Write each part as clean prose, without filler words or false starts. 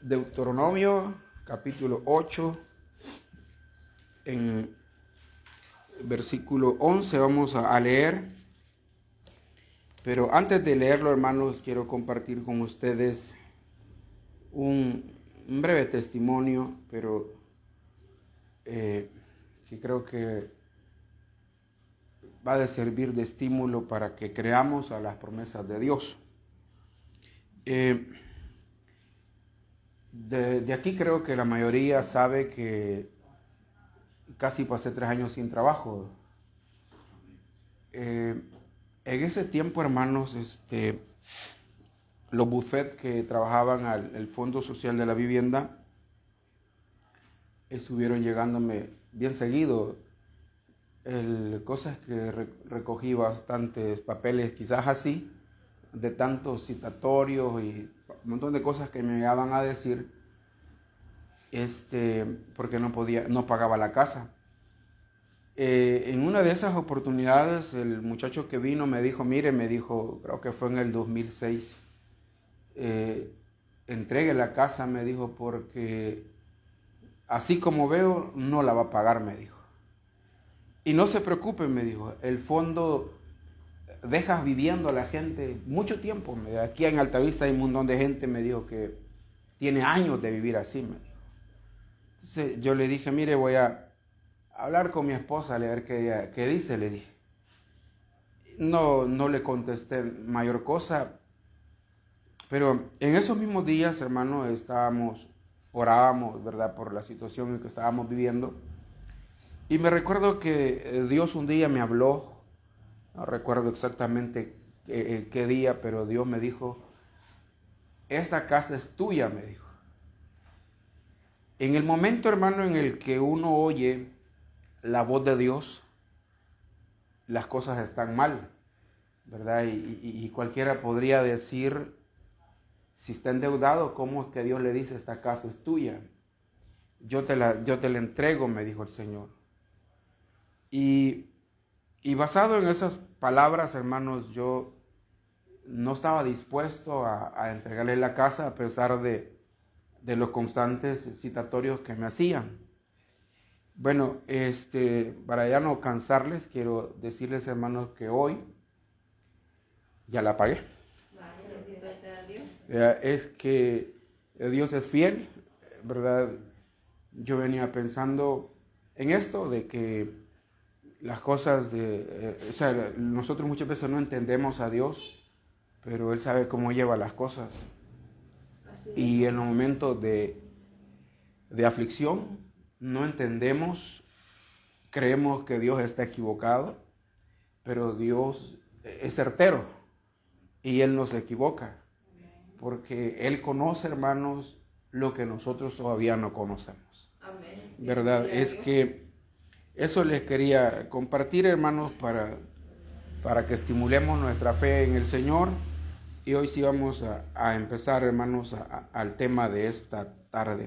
Deuteronomio capítulo 8, en versículo 11 vamos a leer. Pero antes de leerlo, hermanos, quiero compartir con ustedes un breve testimonio, pero que creo que va a servir de estímulo para que creamos a las promesas de Dios. De aquí creo que la mayoría sabe que casi pasé 3 años sin trabajo. En ese tiempo, hermanos, los bufetes que trabajaban al Fondo Social de la Vivienda estuvieron llegándome bien seguido. Cosas que recogí bastantes papeles, quizás así, de tantos citatorios y un montón de cosas que me llegaban a decir, porque no pagaba la casa. En una de esas oportunidades, el muchacho que vino me dijo, creo que fue en el 2006, entregue la casa, me dijo, porque así como veo, no la va a pagar, me dijo. Y no se preocupe, me dijo, el fondo deja viviendo a la gente mucho tiempo. Aquí en Altavista hay un montón de gente, me dijo, que tiene años de vivir así, me dijo. Entonces yo le dije, mire, voy a hablar con mi esposa, a ver qué dice, le dije. No le contesté mayor cosa, pero en esos mismos días, hermano, orábamos, ¿verdad?, por la situación en que estábamos viviendo. Y me recuerdo que Dios un día me habló, no recuerdo exactamente qué día, pero Dios me dijo, esta casa es tuya, me dijo. En el momento, hermano, en el que uno oye la voz de Dios, las cosas están mal, ¿verdad? Y cualquiera podría decir, si está endeudado, ¿cómo es que Dios le dice, esta casa es tuya? Yo te la entrego, me dijo el Señor. Y basado en esas palabras, hermanos, yo no estaba dispuesto a entregarle la casa a pesar de los constantes citatorios que me hacían. Bueno, para ya no cansarles, quiero decirles, hermanos, que hoy ya la pagué. Es que Dios es fiel, ¿verdad? Yo venía pensando en esto, de que las cosas nosotros muchas veces no entendemos a Dios, pero Él sabe cómo lleva las cosas. Y en los momentos de aflicción no entendemos, creemos que Dios está equivocado, pero Dios es certero y Él no se equivoca, porque Él conoce, hermanos, lo que nosotros todavía no conocemos. Amén. ¿Verdad? Es que eso les quería compartir, hermanos, para que estimulemos nuestra fe en el Señor. Y hoy sí vamos a empezar, hermanos, al tema de esta tarde.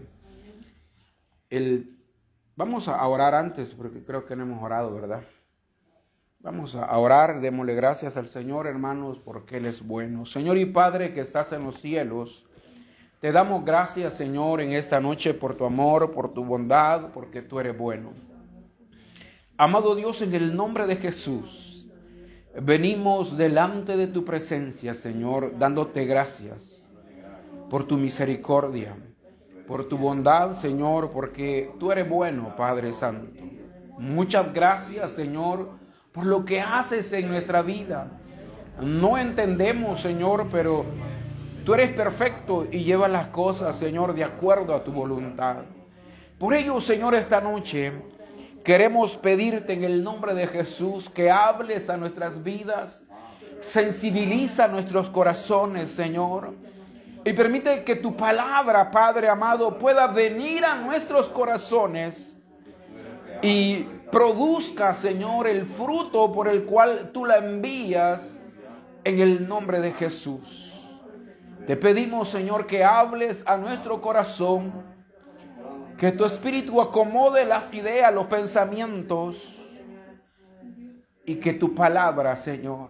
Vamos a orar antes, porque creo que no hemos orado, ¿verdad? Vamos a orar, démosle gracias al Señor, hermanos, porque Él es bueno. Señor y Padre que estás en los cielos, te damos gracias, Señor, en esta noche por tu amor, por tu bondad, porque tú eres bueno. Amado Dios, en el nombre de Jesús, venimos delante de tu presencia, Señor, dándote gracias por tu misericordia, por tu bondad, Señor, porque tú eres bueno, Padre Santo. Muchas gracias, Señor, por lo que haces en nuestra vida. No entendemos, Señor, pero tú eres perfecto y llevas las cosas, Señor, de acuerdo a tu voluntad. Por ello, Señor, esta noche queremos pedirte en el nombre de Jesús que hables a nuestras vidas, sensibiliza nuestros corazones, Señor, y permite que tu palabra, Padre amado, pueda venir a nuestros corazones y produzca, Señor, el fruto por el cual tú la envías en el nombre de Jesús. Te pedimos, Señor, que hables a nuestro corazón, que tu Espíritu acomode las ideas, los pensamientos, y que tu palabra, Señor,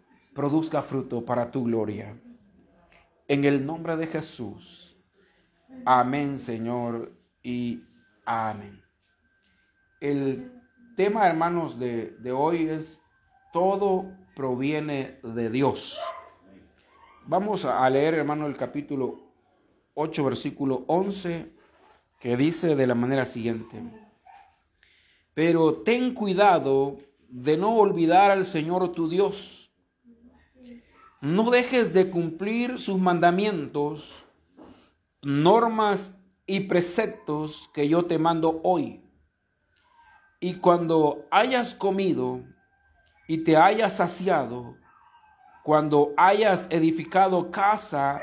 produzca fruto para tu gloria. En el nombre de Jesús. Amén, Señor, y amén. El tema, hermanos, de hoy es: todo proviene de Dios. Vamos a leer, hermano, el capítulo 8, versículo 11, que dice de la manera siguiente: pero ten cuidado de no olvidar al Señor tu Dios. No dejes de cumplir sus mandamientos, normas y preceptos que yo te mando hoy. Y cuando hayas comido y te hayas saciado, cuando hayas edificado casas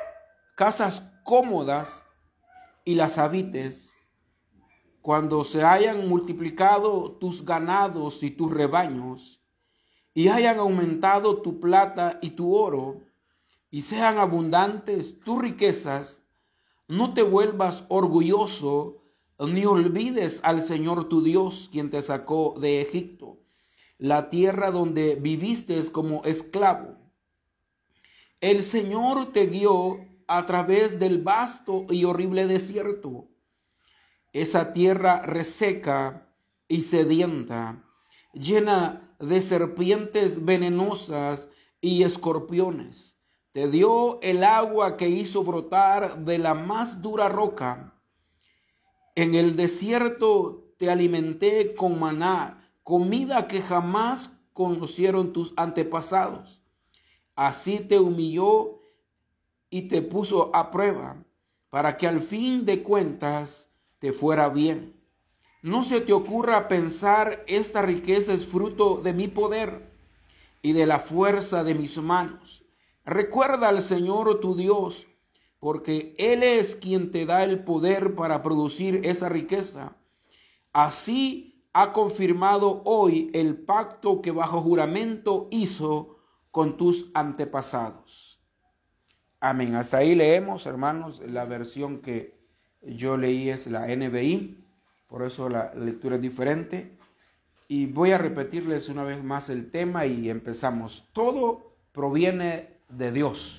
cómodas y las habites, cuando se hayan multiplicado tus ganados y tus rebaños, y hayan aumentado tu plata y tu oro, y sean abundantes tus riquezas, no te vuelvas orgulloso, ni olvides al Señor tu Dios, quien te sacó de Egipto, la tierra donde viviste como esclavo. El Señor te guió a través del vasto y horrible desierto, esa tierra reseca y sedienta, llena de serpientes venenosas y escorpiones. Te dio el agua que hizo brotar de la más dura roca. En el desierto te alimenté con maná, comida que jamás conocieron tus antepasados. Así te humilló y te puso a prueba, para que al fin de cuentas te fuera bien. No se te ocurra pensar: esta riqueza es fruto de mi poder y de la fuerza de mis manos. Recuerda al Señor tu Dios, porque Él es quien te da el poder para producir esa riqueza. Así ha confirmado hoy el pacto que bajo juramento hizo con tus antepasados. Amén. Hasta ahí leemos, hermanos. La versión que yo leí es la NBI, por eso la lectura es diferente. Y voy a repetirles una vez más el tema y empezamos. Todo proviene de Dios.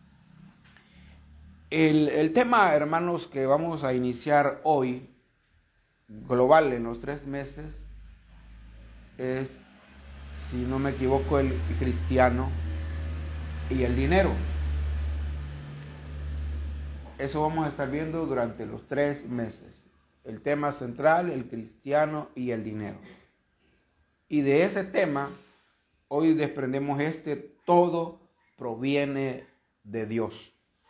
El tema, hermanos, que vamos a iniciar hoy, global en los 3 meses, es, si no me equivoco, el cristiano y el dinero. Eso vamos a estar viendo durante los 3 meses. El tema central: el cristiano y el dinero. Y de ese tema, hoy desprendemos todo proviene de Dios.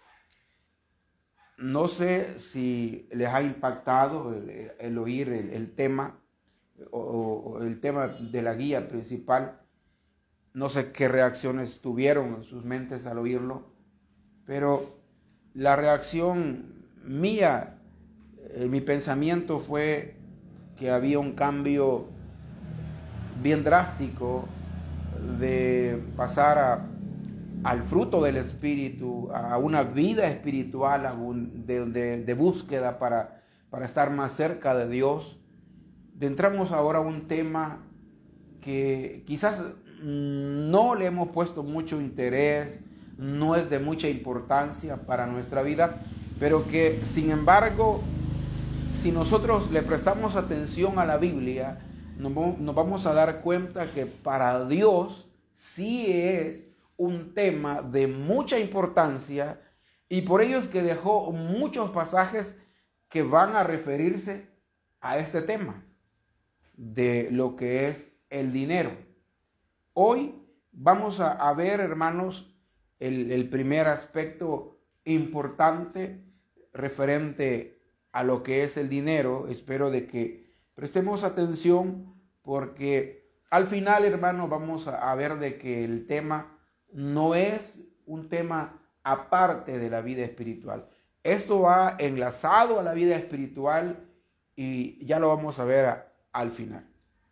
No sé si les ha impactado el oír el tema o el tema de la guía principal. No sé qué reacciones tuvieron en sus mentes al oírlo, pero la reacción mía, mi pensamiento fue que había un cambio bien drástico de pasar al fruto del Espíritu, a una vida espiritual de búsqueda para estar más cerca de Dios. Entramos ahora a un tema que quizás no le hemos puesto mucho interés, no es de mucha importancia para nuestra vida, pero que sin embargo, si nosotros le prestamos atención a la Biblia, nos vamos a dar cuenta que para Dios sí es un tema de mucha importancia, y por ello es que dejó muchos pasajes que van a referirse a este tema de lo que es el dinero. Hoy vamos a ver, hermanos, el primer aspecto importante referente a lo que es el dinero. Espero de que prestemos atención, porque al final, hermanos, vamos a ver de que el tema no es un tema aparte de la vida espiritual. Esto va enlazado a la vida espiritual y ya lo vamos a ver al final.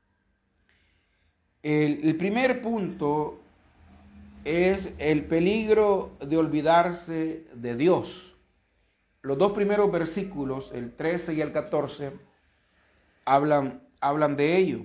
El primer punto es el peligro de olvidarse de Dios. Los 2 primeros versículos, el 13 y el 14, hablan de ello.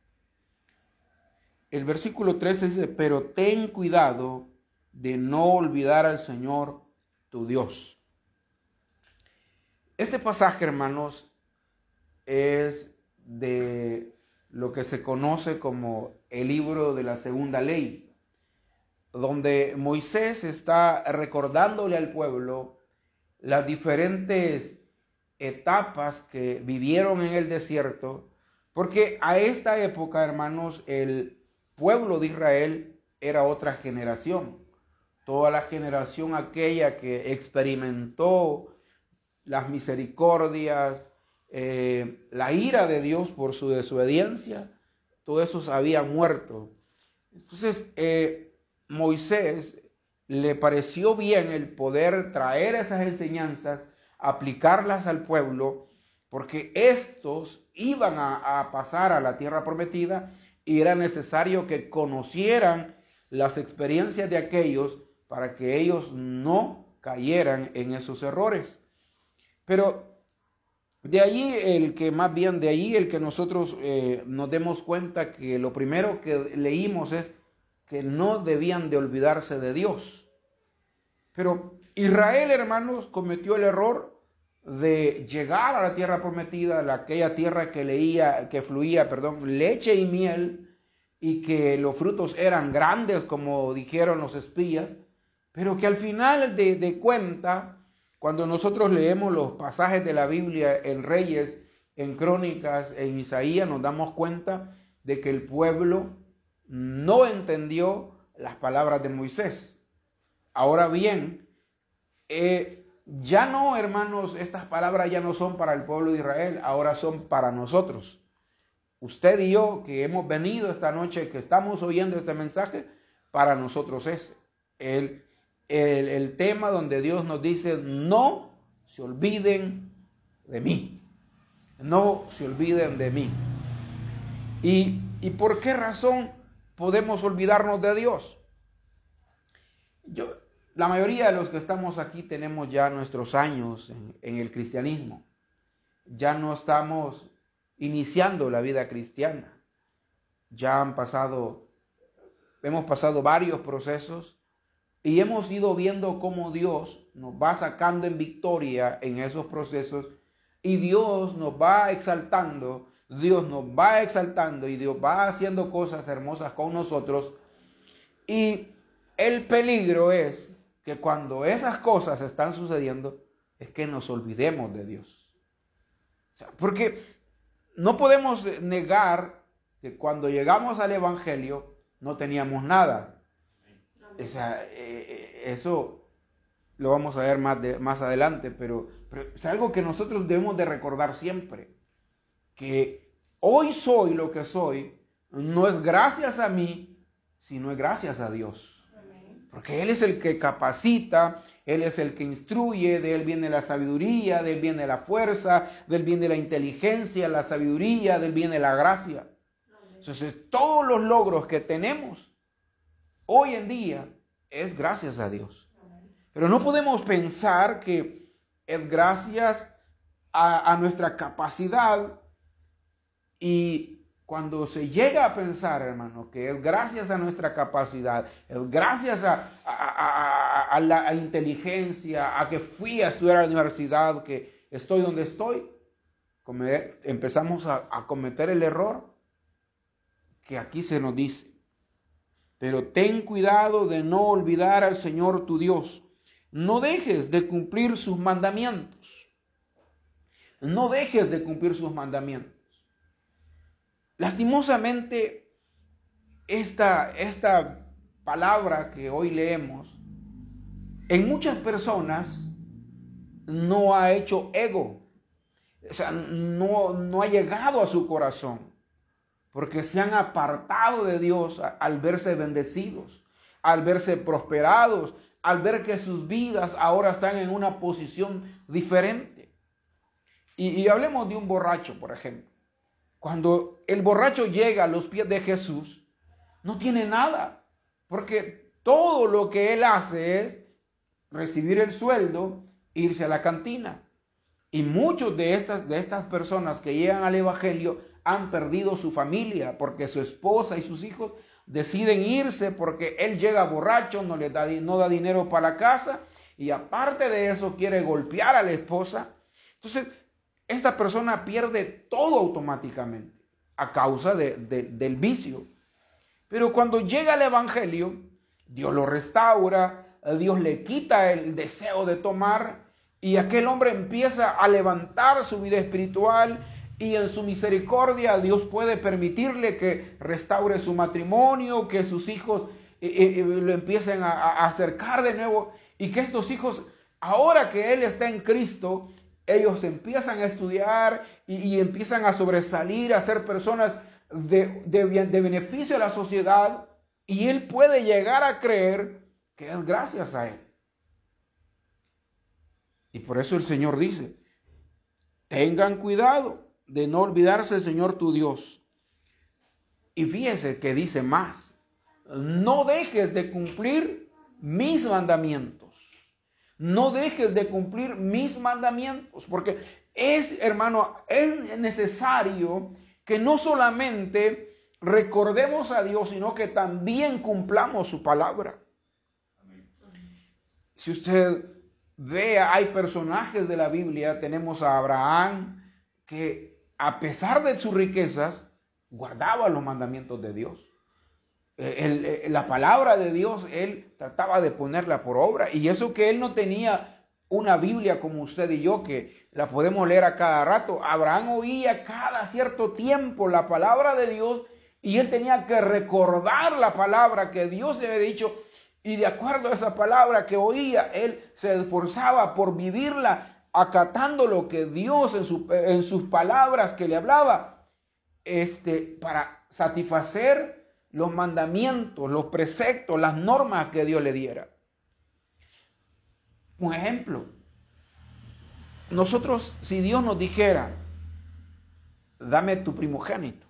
El versículo 13 dice: pero ten cuidado de no olvidar al Señor tu Dios. Este pasaje, hermanos, es de lo que se conoce como el libro de la segunda ley, donde Moisés está recordándole al pueblo las diferentes etapas que vivieron en el desierto, porque a esta época, hermanos, el pueblo de Israel era otra generación. Toda la generación aquella que experimentó las misericordias, la ira de Dios por su desobediencia, todo eso había muerto. Entonces, Moisés le pareció bien el poder traer esas enseñanzas, aplicarlas al pueblo, porque estos iban a pasar a la tierra prometida y era necesario que conocieran las experiencias de aquellos para que ellos no cayeran en esos errores. Pero de allí el que nosotros nos demos cuenta que lo primero que leímos es que no debían de olvidarse de Dios. Pero Israel, hermanos, cometió el error de llegar a la tierra prometida, aquella tierra que fluía leche y miel, y que los frutos eran grandes, como dijeron los espías, pero que al final de cuenta, cuando nosotros leemos los pasajes de la Biblia en Reyes, en Crónicas, en Isaías, nos damos cuenta de que el pueblo no entendió las palabras de Moisés. Ahora bien, ya no, hermanos, estas palabras ya no son para el pueblo de Israel, ahora son para nosotros. Usted y yo que hemos venido esta noche, que estamos oyendo este mensaje, para nosotros es el tema donde Dios nos dice: no se olviden de mí. No se olviden de mí. ¿Y por qué razón podemos olvidarnos de Dios? La mayoría de los que estamos aquí tenemos ya nuestros años en el cristianismo. Ya no estamos iniciando la vida cristiana. Ya hemos pasado varios procesos y hemos ido viendo cómo Dios nos va sacando en victoria en esos procesos, y Dios nos va exaltando, y Dios va haciendo cosas hermosas con nosotros. Y el peligro es que cuando esas cosas están sucediendo, es que nos olvidemos de Dios. O sea, porque no podemos negar que cuando llegamos al Evangelio no teníamos nada. O sea, eso lo vamos a ver más adelante, pero es algo que nosotros debemos de recordar siempre, que hoy soy lo que soy, no es gracias a mí, sino es gracias a Dios. Porque Él es el que capacita, Él es el que instruye, de Él viene la sabiduría, de Él viene la fuerza, de Él viene la inteligencia, la sabiduría, de Él viene la gracia. Entonces, todos los logros que tenemos hoy en día es gracias a Dios. Pero no podemos pensar que es gracias a nuestra capacidad, y cuando se llega a pensar, hermano, que es gracias a nuestra capacidad, es gracias a la inteligencia, a que fui a estudiar a la universidad, que estoy donde estoy, empezamos a cometer el error que aquí se nos dice. Pero ten cuidado de no olvidar al Señor tu Dios. No dejes de cumplir sus mandamientos. No dejes de cumplir sus mandamientos. Lastimosamente, esta palabra que hoy leemos, en muchas personas no ha hecho ego. O sea, no ha llegado a su corazón, porque se han apartado de Dios al verse bendecidos, al verse prosperados, al ver que sus vidas ahora están en una posición diferente. Y hablemos de un borracho, por ejemplo. Cuando el borracho llega a los pies de Jesús, no tiene nada, porque todo lo que él hace es recibir el sueldo, irse a la cantina. Y muchos de estas personas que llegan al Evangelio han perdido su familia, porque su esposa y sus hijos deciden irse porque él llega borracho, no da dinero para la casa, y aparte de eso quiere golpear a la esposa, Entonces, esta persona pierde todo automáticamente a causa del vicio. Pero cuando llega el evangelio, Dios lo restaura, Dios le quita el deseo de tomar y aquel hombre empieza a levantar su vida espiritual y en su misericordia Dios puede permitirle que restaure su matrimonio, que sus hijos lo empiecen a acercar de nuevo y que estos hijos, ahora que él está en Cristo, ellos empiezan a estudiar y empiezan a sobresalir, a ser personas de beneficio a la sociedad y él puede llegar a creer que es gracias a él. Y por eso el Señor dice, tengan cuidado de no olvidarse del Señor tu Dios. Y fíjese que dice más, no dejes de cumplir mis mandamientos. No dejes de cumplir mis mandamientos, porque hermano, es necesario que no solamente recordemos a Dios, sino que también cumplamos su palabra. Si usted ve, hay personajes de la Biblia, tenemos a Abraham, que a pesar de sus riquezas, guardaba los mandamientos de Dios. La palabra de Dios, él trataba de ponerla por obra. Y eso que él no tenía una Biblia como usted y yo, que la podemos leer a cada rato. Abraham oía cada cierto tiempo la palabra de Dios y él tenía que recordar la palabra que Dios le había dicho. Y de acuerdo a esa palabra que oía, él se esforzaba por vivirla, acatando lo que Dios en sus palabras que le hablaba, para satisfacer los mandamientos, los preceptos, las normas que Dios le diera. Un ejemplo, nosotros, si Dios nos dijera, dame tu primogénito,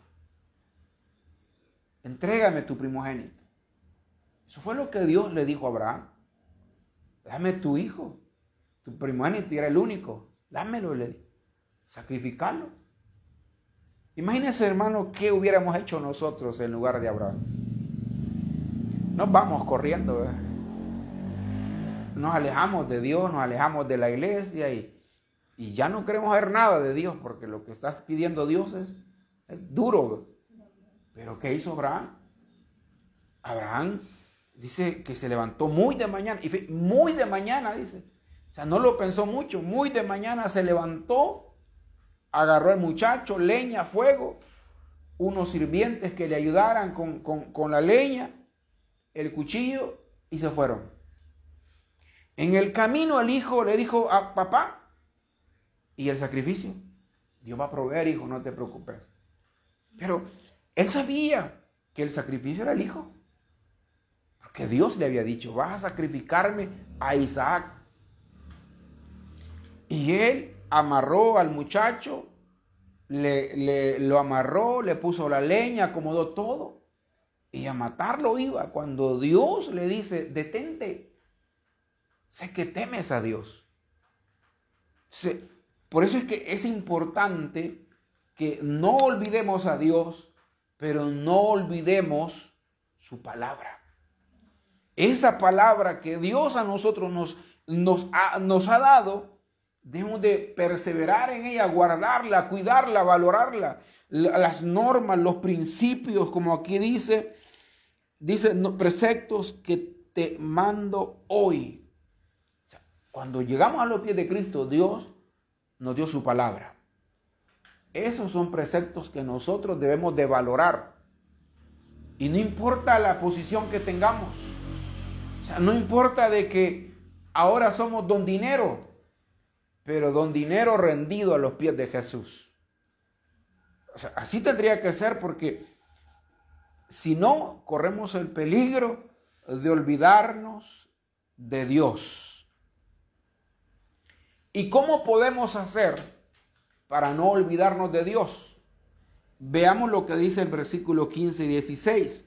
entrégame tu primogénito. Eso fue lo que Dios le dijo a Abraham. Dame tu hijo, tu primogénito, y era el único. Dámelo, le dijo. Sacrificarlo. Imagínense, hermano, qué hubiéramos hecho nosotros en lugar de Abraham. Nos vamos corriendo, ¿verdad? Nos alejamos de Dios, nos alejamos de la iglesia y ya no queremos ver nada de Dios porque lo que está pidiendo Dios es duro, ¿verdad? Pero ¿qué hizo Abraham? Abraham dice que se levantó muy de mañana, y muy de mañana dice, o sea, no lo pensó mucho, muy de mañana se levantó, agarró al muchacho, leña, fuego, unos sirvientes que le ayudaran con la leña, el cuchillo, y se fueron. En el camino el hijo le dijo a papá, ¿y el sacrificio? Dios va a proveer, hijo, no te preocupes. Pero él sabía que el sacrificio era el hijo. Porque Dios le había dicho, vas a sacrificarme a Isaac. Y él amarró al muchacho, lo amarró, le puso la leña, acomodó todo. Y a matarlo iba. Cuando Dios le dice, detente, sé que temes a Dios. Por eso es que es importante que no olvidemos a Dios, pero no olvidemos su palabra. Esa palabra que Dios a nosotros nos ha dado, debemos de perseverar en ella, guardarla, cuidarla, valorarla. Las normas, los principios, como aquí dice preceptos que te mando hoy. O sea, cuando llegamos a los pies de Cristo, Dios nos dio su palabra. Esos son preceptos que nosotros debemos de valorar. Y no importa la posición que tengamos. O sea, no importa de que ahora somos don dinero, pero don dinero rendido a los pies de Jesús. O sea, así tendría que ser, porque si no, corremos el peligro de olvidarnos de Dios. ¿Y cómo podemos hacer para no olvidarnos de Dios? Veamos lo que dice el versículo 15 y 16.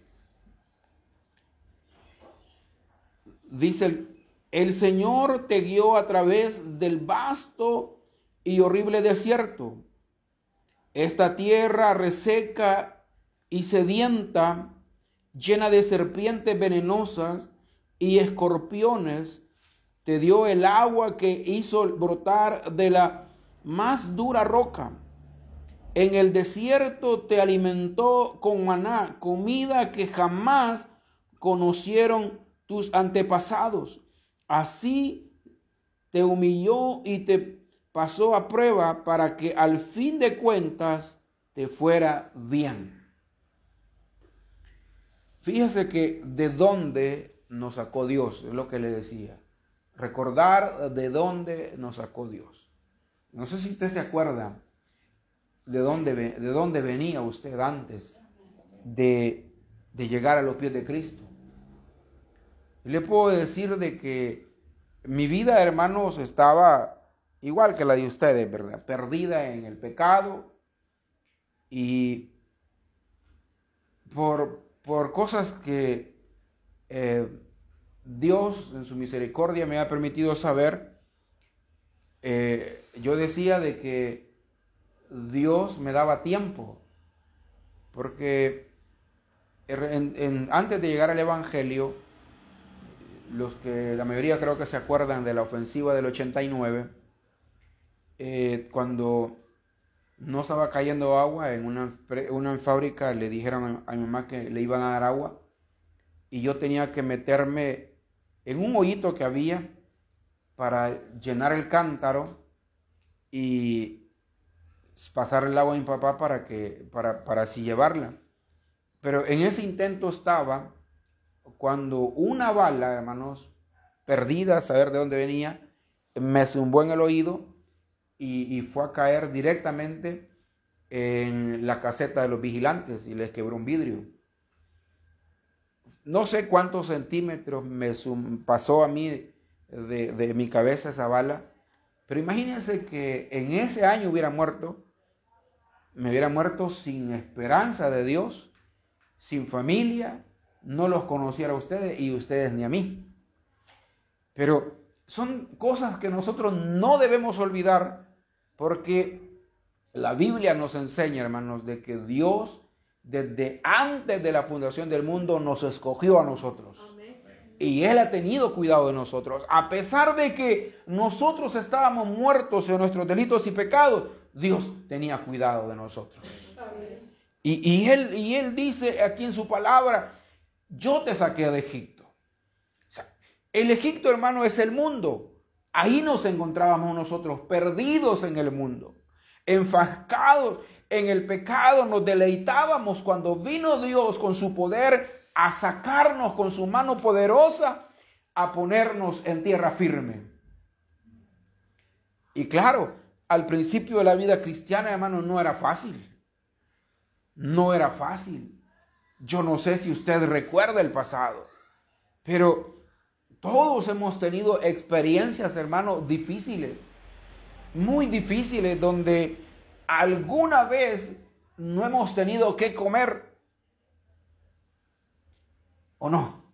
Dice, el Señor te guió a través del vasto y horrible desierto. Esta tierra reseca y sedienta, llena de serpientes venenosas y escorpiones, te dio el agua que hizo brotar de la más dura roca. En el desierto te alimentó con maná, comida que jamás conocieron tus antepasados. Así te humilló y te pasó a prueba para que al fin de cuentas te fuera bien. Fíjese que de dónde nos sacó Dios, es lo que le decía. Recordar de dónde nos sacó Dios. No sé si usted se acuerda de dónde venía usted antes de llegar a los pies de Cristo. Le puedo decir de que mi vida, hermanos, estaba igual que la de ustedes, ¿verdad? Perdida en el pecado y por cosas que Dios en su misericordia me ha permitido saber. Yo decía de que Dios me daba tiempo, porque antes de llegar al Evangelio, la mayoría creo que se acuerdan de la ofensiva del 89, cuando no estaba cayendo agua en una fábrica, le dijeron a mi mamá que le iban a dar agua, y yo tenía que meterme en un hoyito que había para llenar el cántaro y pasar el agua a mi papá para así llevarla. Pero en ese intento estaba cuando una bala, hermanos, perdida, a saber de dónde venía, me zumbó en el oído y fue a caer directamente en la caseta de los vigilantes y les quebró un vidrio. No sé cuántos centímetros me pasó a mí de mi cabeza esa bala, pero imagínense que en ese año me hubiera muerto sin esperanza de Dios, sin familia, no los conociera a ustedes y ustedes ni a mí. Pero son cosas que nosotros no debemos olvidar, porque la Biblia nos enseña, hermanos, de que Dios desde antes de la fundación del mundo nos escogió a nosotros. Y Él ha tenido cuidado de nosotros. A pesar de que nosotros estábamos muertos en nuestros delitos y pecados, Dios tenía cuidado de nosotros. Y él dice aquí en su palabra, yo te saqué de Egipto. O sea, el Egipto, hermano, es el mundo. Ahí nos encontrábamos nosotros, perdidos en el mundo, enfascados en el pecado. Nos deleitábamos cuando vino Dios con su poder a sacarnos con su mano poderosa, a ponernos en tierra firme. Y claro, al principio de la vida cristiana, hermano, no era fácil. No era fácil. Yo no sé si usted recuerda el pasado, pero todos hemos tenido experiencias, hermano, difíciles, muy difíciles, donde alguna vez no hemos tenido que comer, ¿o no?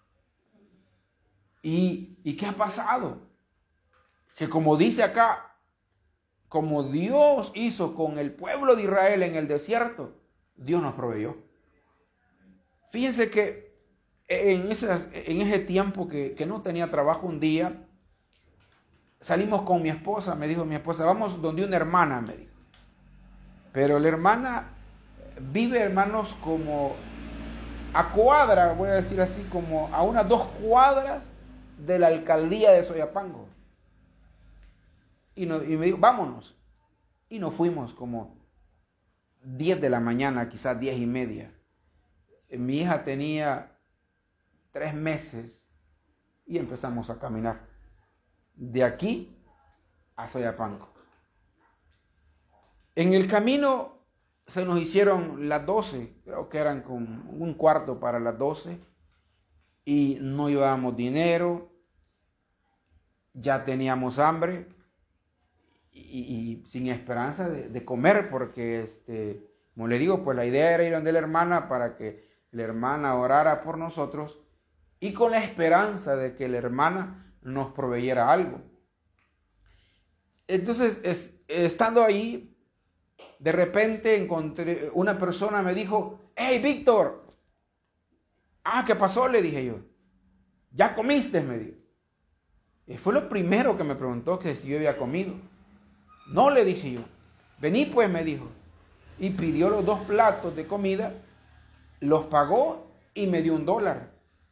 ¿Y qué ha pasado? Que como dice acá, como Dios hizo con el pueblo de Israel en el desierto, Dios nos proveyó. Fíjense que en ese tiempo que no tenía trabajo, un día salimos con mi esposa. Me dijo mi esposa, vamos donde una hermana, me dijo. Pero la hermana vive, hermanos, como a cuadra, voy a decir así, como a unas 2 cuadras de la alcaldía de Soyapango. Y me dijo, vámonos. Y nos fuimos como 10 de la mañana, quizás 10:30. Mi hija tenía 3 meses y empezamos a caminar de aquí a Soyapango. En el camino se nos hicieron las 12, creo que eran como 1/4 para las 12, y no llevábamos dinero, ya teníamos hambre y sin esperanza de comer, porque como le digo, pues la idea era ir donde la hermana para que la hermana orara por nosotros y con la esperanza de que la hermana nos proveyera algo. Entonces, estando ahí, de repente encontré una persona, me dijo, hey, Víctor. ¿Qué pasó? Le dije yo. ¿Ya comiste? Me dijo. Y fue lo primero que me preguntó, que si yo había comido. No, le dije yo. Vení pues, me dijo. Y pidió los 2 platos de comida, los pagó y me dio $1.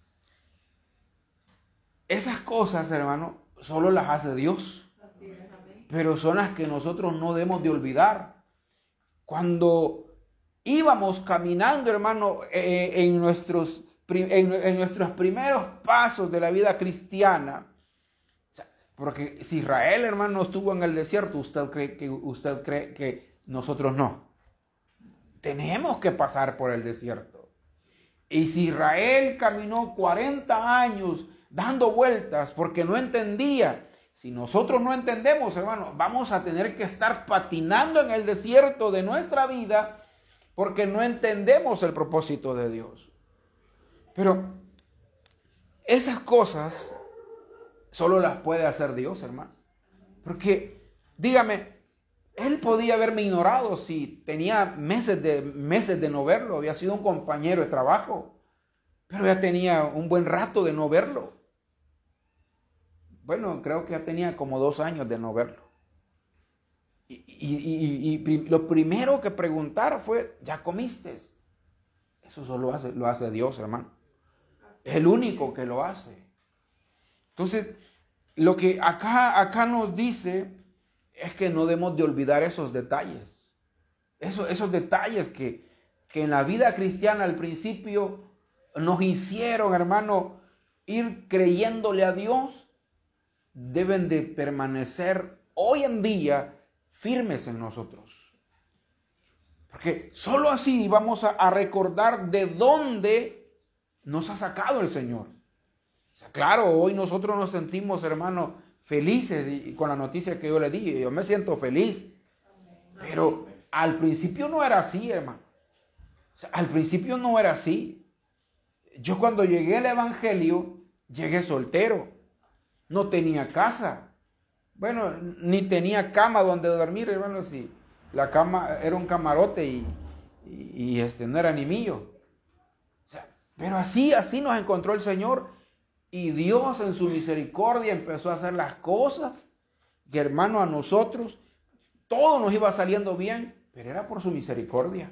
Esas cosas, hermano, solo las hace Dios. Pero son las que nosotros no debemos de olvidar. Cuando íbamos caminando, hermano, en nuestros primeros pasos de la vida cristiana, porque si Israel, hermano, estuvo en el desierto, ¿usted cree que nosotros no? Tenemos que pasar por el desierto. Y si Israel caminó 40 años dando vueltas porque no entendía, si nosotros no entendemos, hermano, vamos a tener que estar patinando en el desierto de nuestra vida porque no entendemos el propósito de Dios. Pero esas cosas solo las puede hacer Dios, hermano. Porque, dígame, Él podía haberme ignorado si tenía meses de no verlo. Había sido un compañero de trabajo, pero ya tenía un buen rato de no verlo. Bueno, creo que ya tenía como 2 años de no verlo. Y lo primero que preguntar fue, ¿ya comiste? Eso solo lo hace Dios, hermano. Es el único que lo hace. Entonces, lo que acá nos dice es que no debemos de olvidar esos detalles. Esos detalles que en la vida cristiana al principio nos hicieron, hermano, ir creyéndole a Dios, deben de permanecer hoy en día firmes en nosotros. Porque solo así vamos a recordar de dónde nos ha sacado el Señor. O sea, claro, hoy nosotros nos sentimos, hermano, felices y con la noticia que yo le di. Yo me siento feliz. Pero al principio no era así, hermano. O sea, al principio no era así. Yo cuando llegué al Evangelio, llegué soltero. No tenía casa. Bueno, ni tenía cama donde dormir, hermano. Si la cama era un camarote y no era ni mío. O sea, pero así nos encontró el Señor. Y Dios en su misericordia empezó a hacer las cosas que, hermano, a nosotros todo nos iba saliendo bien, pero era por su misericordia.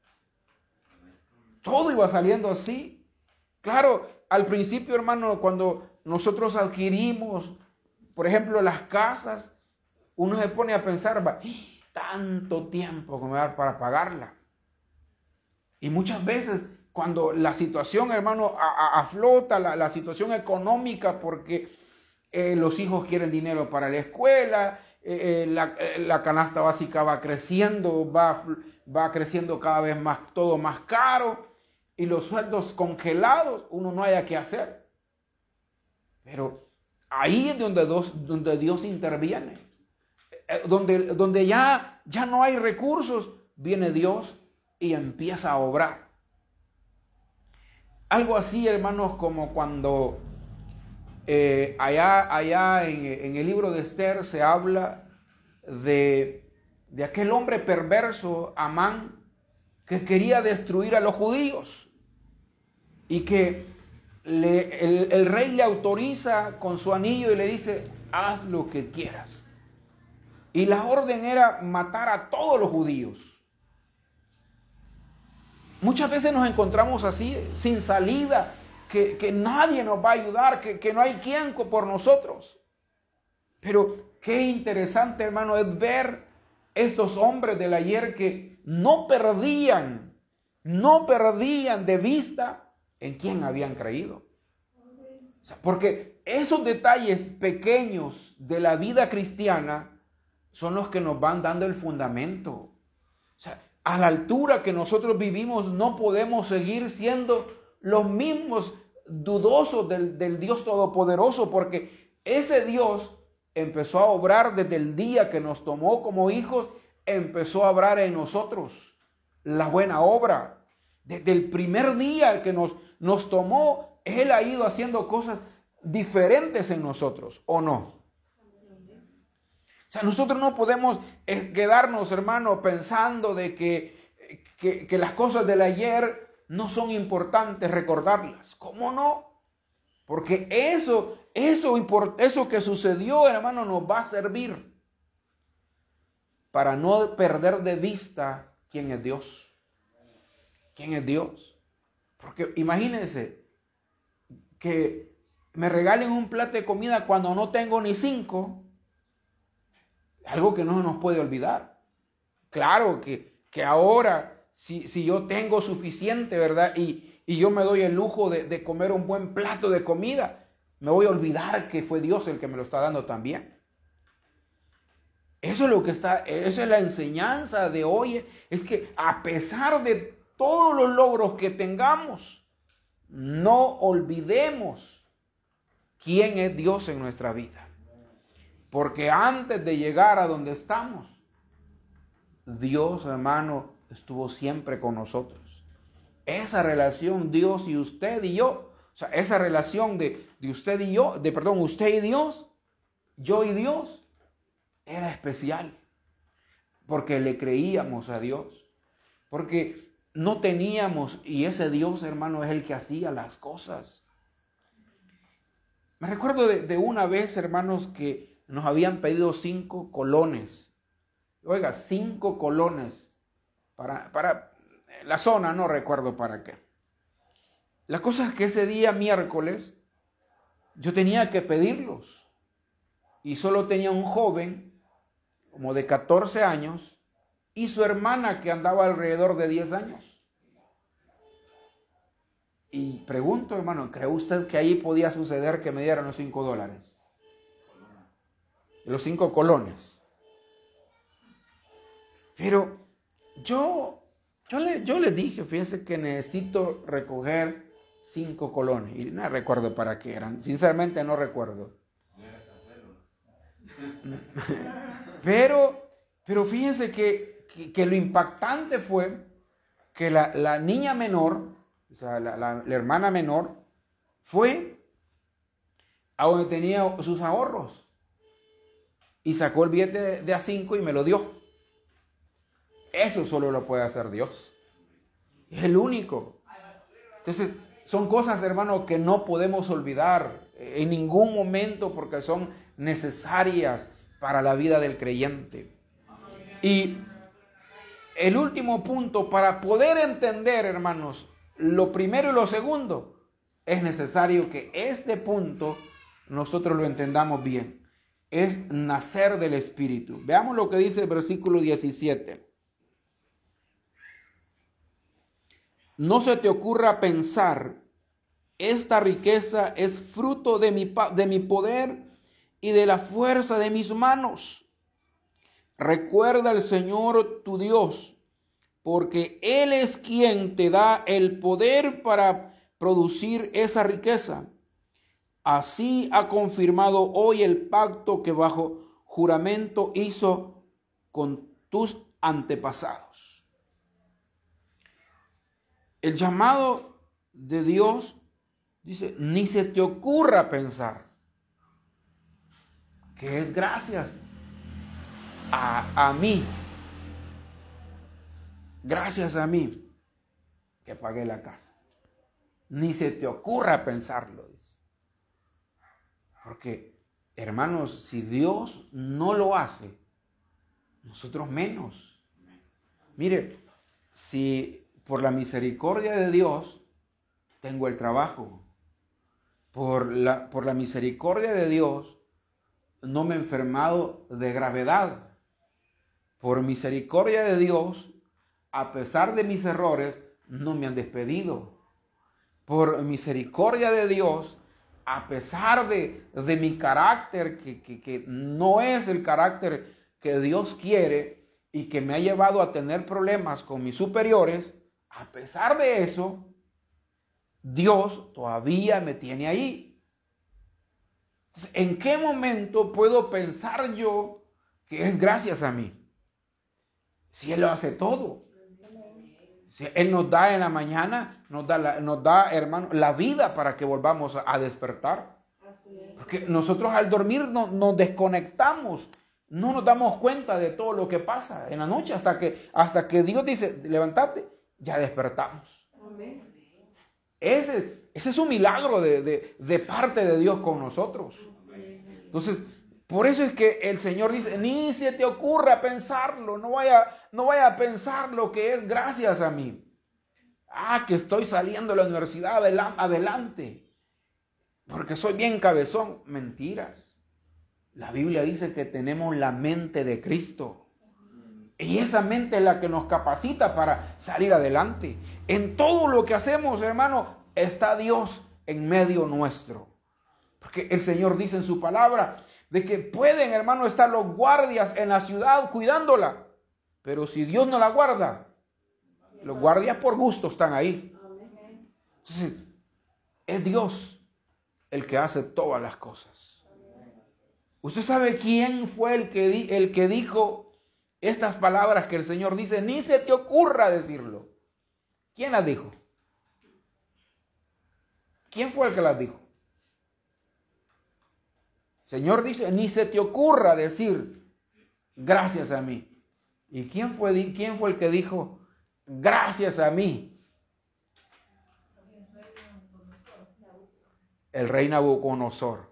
Todo iba saliendo así. Claro, al principio, hermano, cuando nosotros adquirimos, por ejemplo, las casas, uno se pone a pensar, tanto tiempo que me va a dar para pagarla. Y muchas veces, cuando la situación, hermano, aflota, la situación económica, porque los hijos quieren dinero para la escuela, la canasta básica va creciendo, va creciendo cada vez más, todo más caro, y los sueldos congelados, uno no haya qué hacer. Pero ahí es donde Dios interviene. Donde ya no hay recursos, viene Dios y empieza a obrar. Algo así, hermanos, como cuando allá en el libro de Esther se habla de aquel hombre perverso, Amán, que quería destruir a los judíos y que el rey le autoriza con su anillo y le dice, haz lo que quieras. Y la orden era matar a todos los judíos. Muchas veces nos encontramos así, sin salida, que nadie nos va a ayudar, que no hay quien por nosotros. Pero qué interesante, hermano, es ver estos hombres del ayer que no perdían de vista en quién habían creído. O sea, porque esos detalles pequeños de la vida cristiana son los que nos van dando el fundamento. O sea, a la altura que nosotros vivimos no podemos seguir siendo los mismos dudosos del Dios Todopoderoso, porque ese Dios empezó a obrar desde el día que nos tomó como hijos, empezó a obrar en nosotros la buena obra. Desde el primer día que nos tomó, Él ha ido haciendo cosas diferentes en nosotros, ¿o no? O sea, nosotros no podemos quedarnos, hermano, pensando de que las cosas del ayer no son importantes recordarlas. ¿Cómo no? Porque eso que sucedió, hermano, nos va a servir. para no perder de vista quién es Dios. ¿Quién es Dios? Porque imagínense que me regalen un plato de comida cuando no tengo ni 5, algo que no nos puede olvidar. Claro que ahora, si yo tengo suficiente, ¿verdad? Y yo me doy el lujo de comer un buen plato de comida, me voy a olvidar que fue Dios el que me lo está dando también. Eso es lo que esa es la enseñanza de hoy, es que a pesar de todos los logros que tengamos, no olvidemos quién es Dios en nuestra vida. Porque antes de llegar a donde estamos, Dios, hermano, estuvo siempre con nosotros. Esa relación Dios y usted y yo, o sea, esa relación de usted y yo, usted y Dios, yo y Dios, era especial. Porque le creíamos a Dios. Porque no teníamos, y ese Dios, hermano, es el que hacía las cosas. Me recuerdo de una vez, hermanos, que nos habían pedido 5 colones. Oiga, 5 colones para la zona, no recuerdo para qué. La cosa es que ese día, miércoles, yo tenía que pedirlos. Y solo tenía un joven, como de 14 años, y su hermana que andaba alrededor de 10 años. Y pregunto, hermano, ¿cree usted que ahí podía suceder que me dieran los $5? Los 5 colones. Pero yo le dije, fíjense que necesito recoger 5 colones. Y no recuerdo para qué eran. Sinceramente no recuerdo. Pero fíjense que lo impactante fue que la niña menor, o sea, la hermana menor, fue a donde tenía sus ahorros y sacó el billete de A5 y me lo dio. Eso solo lo puede hacer Dios. Es el único. Entonces, son cosas, hermano, que no podemos olvidar en ningún momento porque son necesarias para la vida del creyente. Y el último punto, para poder entender, hermanos, lo primero y lo segundo, es necesario que este punto nosotros lo entendamos bien. Es nacer del Espíritu. Veamos lo que dice el versículo 17. No se te ocurra pensar, esta riqueza es fruto de mi poder y de la fuerza de mis manos. Recuerda al Señor tu Dios, porque Él es quien te da el poder para producir esa riqueza. Así ha confirmado hoy el pacto que bajo juramento hizo con tus antepasados. El llamado de Dios dice, ni se te ocurra pensar que es gracias a mí, gracias a mí que pagué la casa. Ni se te ocurra pensarlo, dice. Porque, hermanos, si Dios no lo hace, nosotros menos. Mire, si por la misericordia de Dios tengo el trabajo, por la misericordia de Dios no me he enfermado de gravedad, por misericordia de Dios, a pesar de mis errores, no me han despedido. Por misericordia de Dios, a pesar de mi carácter, que no es el carácter que Dios quiere y que me ha llevado a tener problemas con mis superiores, a pesar de eso, Dios todavía me tiene ahí. ¿En qué momento puedo pensar yo que es gracias a mí? Si Él lo hace todo. Si Él nos da en la mañana, nos da, hermano, la vida para que volvamos a despertar. Porque nosotros al dormir nos desconectamos, no nos damos cuenta de todo lo que pasa en la noche hasta que Dios dice, levántate, ya despertamos. Ese es un milagro de parte de Dios con nosotros. Entonces, Por eso es que el Señor dice, ni se te ocurra pensarlo, no vaya a pensar lo que es gracias a mí. Que estoy saliendo de la universidad adelante, porque soy bien cabezón. Mentiras. La Biblia dice que tenemos la mente de Cristo. Y esa mente es la que nos capacita para salir adelante. En todo lo que hacemos, hermano, está Dios en medio nuestro. Porque el Señor dice en su palabra de que pueden, hermano, estar los guardias en la ciudad cuidándola. Pero si Dios no la guarda, los guardias por gusto están ahí. Entonces, es Dios el que hace todas las cosas. ¿Usted sabe quién fue el que dijo estas palabras que el Señor dice? Ni se te ocurra decirlo. ¿Quién las dijo? ¿Quién fue el que las dijo? El Señor dice, ni se te ocurra decir gracias a mí. ¿Y quién fue el que dijo gracias a mí? El rey Nabucodonosor.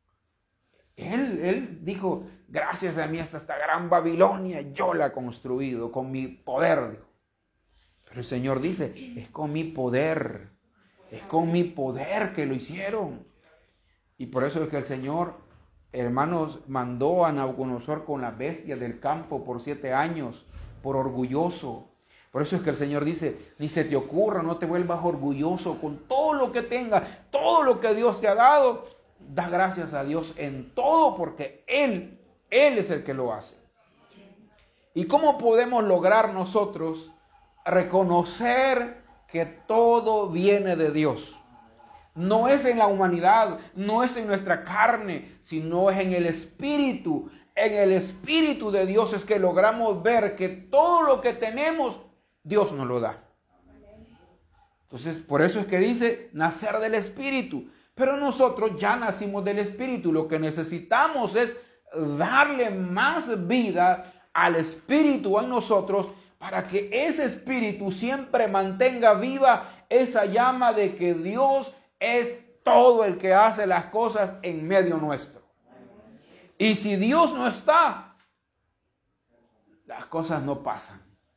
Él dijo, gracias a mí esta gran Babilonia yo la he construido con mi poder. Dijo. Pero el Señor dice, es con mi poder. Es con mi poder que lo hicieron. Y por eso es que el Señor, hermanos, mandó a Nabucodonosor con las bestias del campo por 7 años, por orgulloso. Por eso es que el Señor dice, ni se te ocurra, no te vuelvas orgulloso con todo lo que tengas, todo lo que Dios te ha dado. Da gracias a Dios en todo porque Él es el que lo hace. ¿Y cómo podemos lograr nosotros reconocer que todo viene de Dios? No es en la humanidad, no es en nuestra carne, sino es en el Espíritu. En el Espíritu de Dios es que logramos ver que todo lo que tenemos, Dios nos lo da. Entonces, por eso es que dice nacer del Espíritu. Pero nosotros ya nacimos del Espíritu. Lo que necesitamos es darle más vida al Espíritu en nosotros para que ese Espíritu siempre mantenga viva esa llama de que Dios es todo el que hace las cosas en medio nuestro. Y si Dios no está, las cosas no pasan.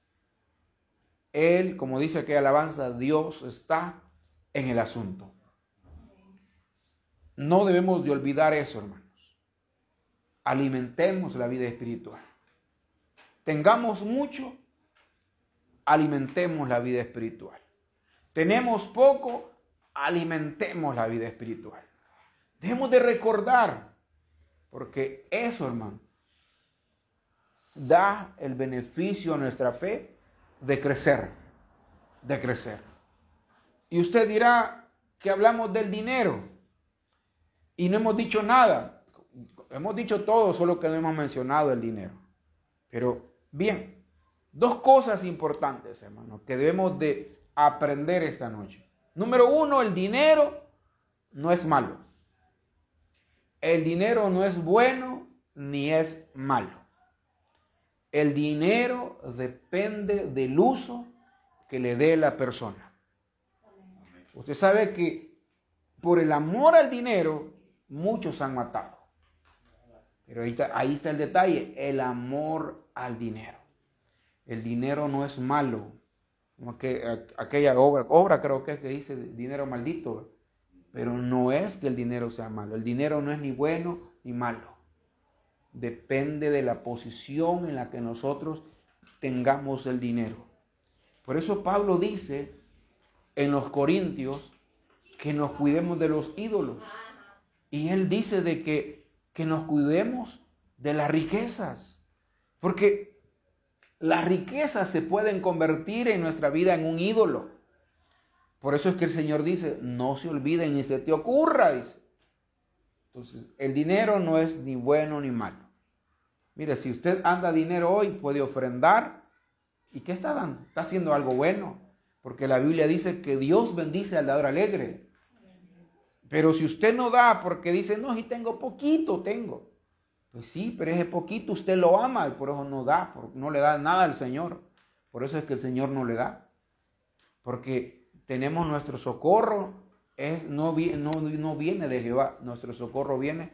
Él, como dice aquella alabanza, Dios está en el asunto. No debemos de olvidar eso, hermanos. Alimentemos la vida espiritual. Tengamos mucho, alimentemos la vida espiritual. Tenemos poco, alimentemos la vida espiritual. Debemos de recordar, porque eso, hermano, da el beneficio a nuestra fe de crecer, de crecer. Y usted dirá que hablamos del dinero y no hemos dicho nada. Hemos dicho todo, solo que no hemos mencionado el dinero. Pero bien, 2 cosas importantes, hermano, que debemos de aprender esta noche. Número 1, el dinero no es malo. El dinero no es bueno ni es malo. El dinero depende del uso que le dé la persona. Usted sabe que por el amor al dinero muchos han matado. Pero ahí está el detalle, el amor al dinero. El dinero no es malo. Como que aquella obra creo que es que dice dinero maldito. Pero no es que el dinero sea malo. El dinero no es ni bueno ni malo. Depende de la posición en la que nosotros tengamos el dinero. Por eso Pablo dice en los Corintios que nos cuidemos de los ídolos. Y él dice de que nos cuidemos de las riquezas. Porque las riquezas se pueden convertir en nuestra vida en un ídolo. Por eso es que el Señor dice, no se olviden ni se te ocurra, dice. Entonces, el dinero no es ni bueno ni malo. Mire, si usted anda dinero hoy, puede ofrendar. ¿Y qué está dando? Está haciendo algo bueno. Porque la Biblia dice que Dios bendice al dador alegre. Pero si usted no da porque dice, no, si tengo poquito, tengo. Pues sí, pero ese poquito usted lo ama y por eso no da, no le da nada al Señor. Por eso es que el Señor no le da. Porque tenemos nuestro socorro, no viene de Jehová, nuestro socorro viene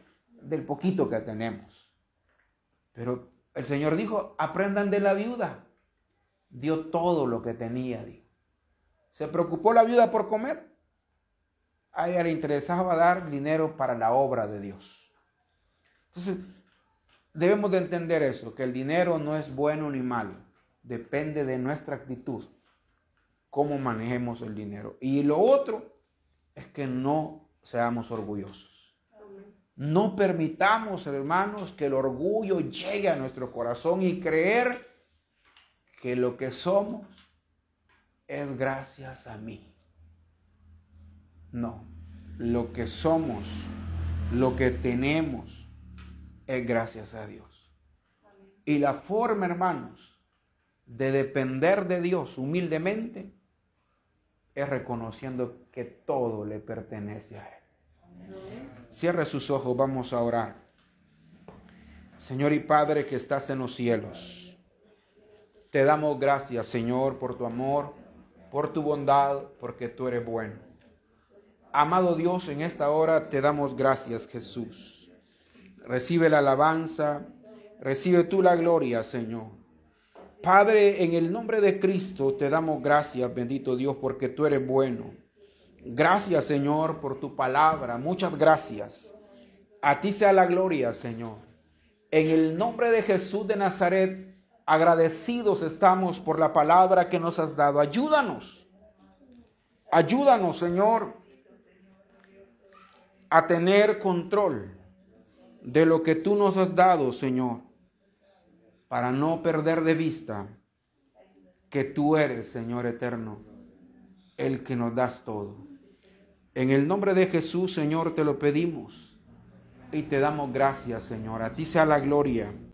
del poquito que tenemos. Pero el Señor dijo, aprendan de la viuda. Dio todo lo que tenía, dijo. ¿Se preocupó la viuda por comer? A ella le interesaba dar dinero para la obra de Dios. Entonces, debemos de entender eso, que el dinero no es bueno ni malo. Depende de nuestra actitud, cómo manejemos el dinero. Y lo otro es que no seamos orgullosos. No permitamos, hermanos, que el orgullo llegue a nuestro corazón y creer que lo que somos es gracias a mí. No, lo que somos, lo que tenemos, es gracias a Dios. Y la forma, hermanos, de depender de Dios humildemente es reconociendo que todo le pertenece a Él. Cierre sus ojos, vamos a orar. Señor y Padre que estás en los cielos, te damos gracias, Señor, por tu amor, por tu bondad, porque tú eres bueno. Amado Dios, en esta hora te damos gracias, Jesús. Recibe la alabanza, recibe tú la gloria, Señor. Padre, en el nombre de Cristo te damos gracias, bendito Dios, porque tú eres bueno. Gracias, Señor, por tu palabra. Muchas gracias. A ti sea la gloria, Señor. En el nombre de Jesús de Nazaret, agradecidos estamos por la palabra que nos has dado. Ayúdanos. Ayúdanos, Señor, a tener control de lo que tú nos has dado, Señor, para no perder de vista que tú eres, Señor eterno, el que nos das todo. En el nombre de Jesús, Señor, te lo pedimos y te damos gracias, Señor. A ti sea la gloria.